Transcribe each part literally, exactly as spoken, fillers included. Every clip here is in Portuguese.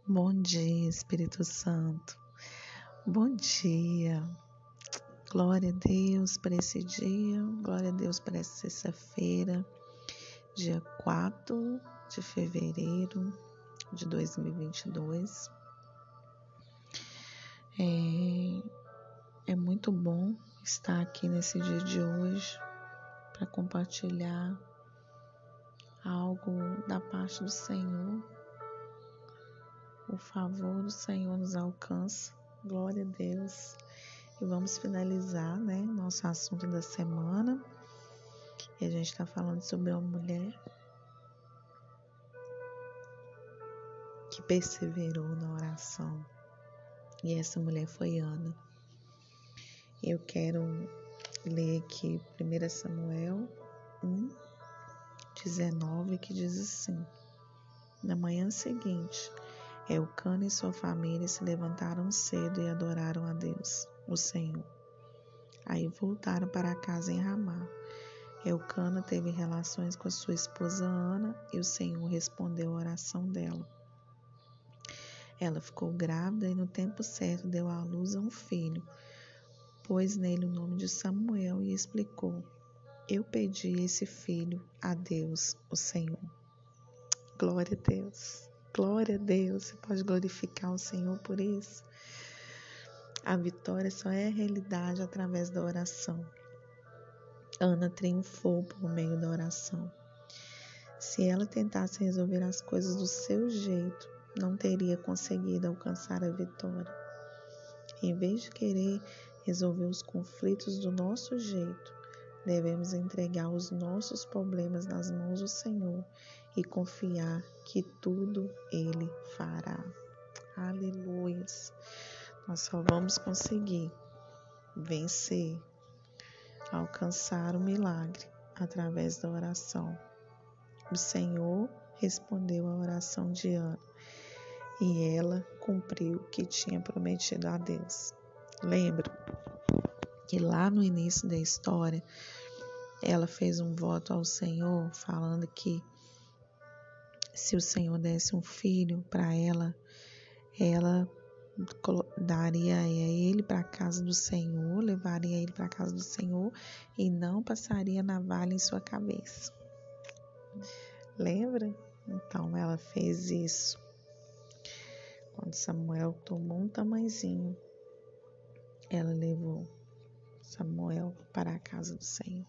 Bom dia, Espírito Santo. Bom dia. Glória a Deus por esse dia. Glória a Deus por essa sexta-feira, dia quatro de fevereiro de dois mil e vinte e dois. É, é muito bom estar aqui nesse dia de hoje para compartilhar algo da parte do Senhor. O favor do Senhor nos alcança. Glória a Deus. E vamos finalizar, né, nosso assunto da semana. E a gente está falando sobre uma mulher que perseverou na oração. E essa mulher foi Ana. Eu quero ler aqui primeiro Samuel um, dezenove, que diz assim: Na manhã seguinte, Elcana e sua família se levantaram cedo e adoraram a Deus, o Senhor. Aí voltaram para casa em Ramá. Elcana teve relações com a sua esposa Ana e o Senhor respondeu a oração dela. Ela ficou grávida e no tempo certo deu à luz a um filho. Pôs nele o nome de Samuel e explicou: Eu pedi esse filho a Deus, o Senhor. Glória a Deus. Glória a Deus. Você pode glorificar o Senhor por isso? A vitória só é realidade através da oração. Ana triunfou por meio da oração. Se ela tentasse resolver as coisas do seu jeito, não teria conseguido alcançar a vitória. Em vez de querer resolver os conflitos do nosso jeito, devemos entregar os nossos problemas nas mãos do Senhor e confiar que tudo Ele fará. Aleluia! Nós só vamos conseguir vencer, alcançar o milagre através da oração. O Senhor respondeu à oração de Ana e ela cumpriu o que tinha prometido a Deus. Lembra que lá no início da história, ela fez um voto ao Senhor falando que se o Senhor desse um filho para ela, ela daria ele para a casa do Senhor, levaria ele para a casa do Senhor e não passaria navalha em sua cabeça. Lembra? Então ela fez isso. Quando Samuel tomou um tamanzinho, ela levou Samuel para a casa do Senhor.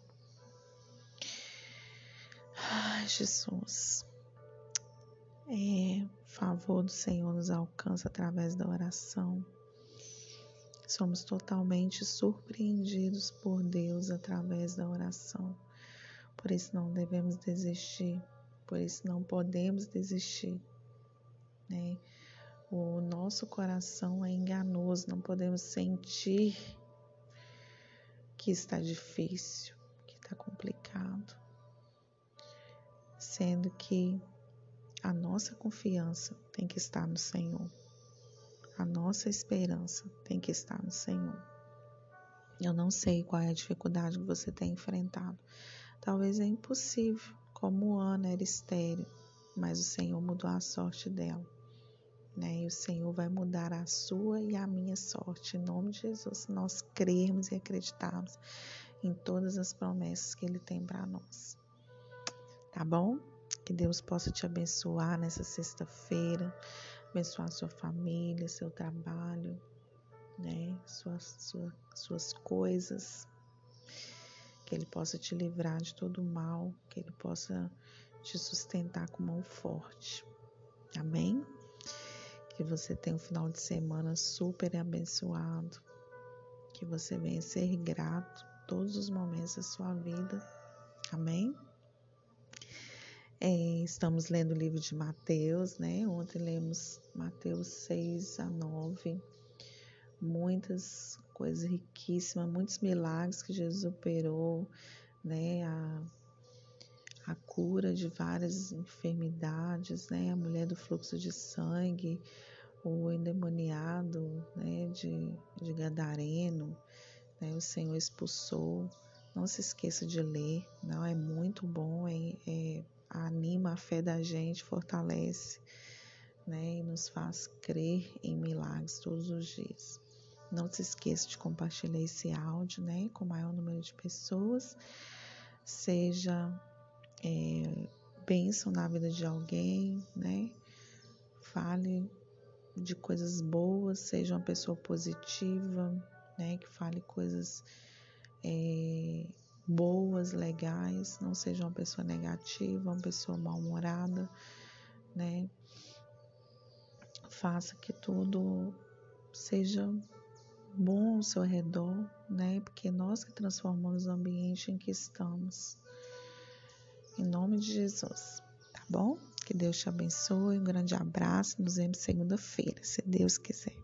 Ai, Jesus. É, o favor do Senhor nos alcança através da oração. Somos totalmente surpreendidos por Deus através da oração. Por isso não devemos desistir. Por isso não podemos desistir, né? O nosso coração é enganoso, não podemos sentir que está difícil, que está complicado, sendo que a nossa confiança tem que estar no Senhor, a nossa esperança tem que estar no Senhor. Eu não sei qual é a dificuldade que você tem enfrentado, talvez é impossível, como Ana era estéril, mas o Senhor mudou a sorte dela. Né? E o Senhor vai mudar a sua e a minha sorte, em nome de Jesus, se nós crermos e acreditarmos em todas as promessas que Ele tem para nós. Tá bom? Que Deus possa te abençoar nessa sexta-feira, abençoar sua família, seu trabalho, né? Suas, sua, suas coisas, que Ele possa te livrar de todo o mal, que Ele possa te sustentar com mão forte. Amém? Que você tenha um final de semana super abençoado. Que você venha ser grato todos os momentos da sua vida. Amém? É, estamos lendo o livro de Mateus, né? Ontem lemos Mateus seis a nove. Muitas coisas riquíssimas, muitos milagres que Jesus operou, né? A, a cura de várias enfermidades, né? A mulher do fluxo de sangue, o endemoniado, né, de, de Gadareno, né, o Senhor expulsou. Não se esqueça de ler, não, é muito bom, é, é, anima a fé da gente, fortalece, né? E nos faz crer em milagres todos os dias. Não se esqueça de compartilhar esse áudio, né? Com o maior número de pessoas. Seja é, bênção na vida de alguém, né? Fale de coisas boas, seja uma pessoa positiva, né? Que fale coisas é, boas, legais, não seja uma pessoa negativa, uma pessoa mal-humorada, né? Faça que tudo seja bom ao seu redor, né? Porque nós que transformamos o ambiente em que estamos. Em nome de Jesus, tá bom? Que Deus te abençoe, um grande abraço, nos vemos segunda-feira, se Deus quiser.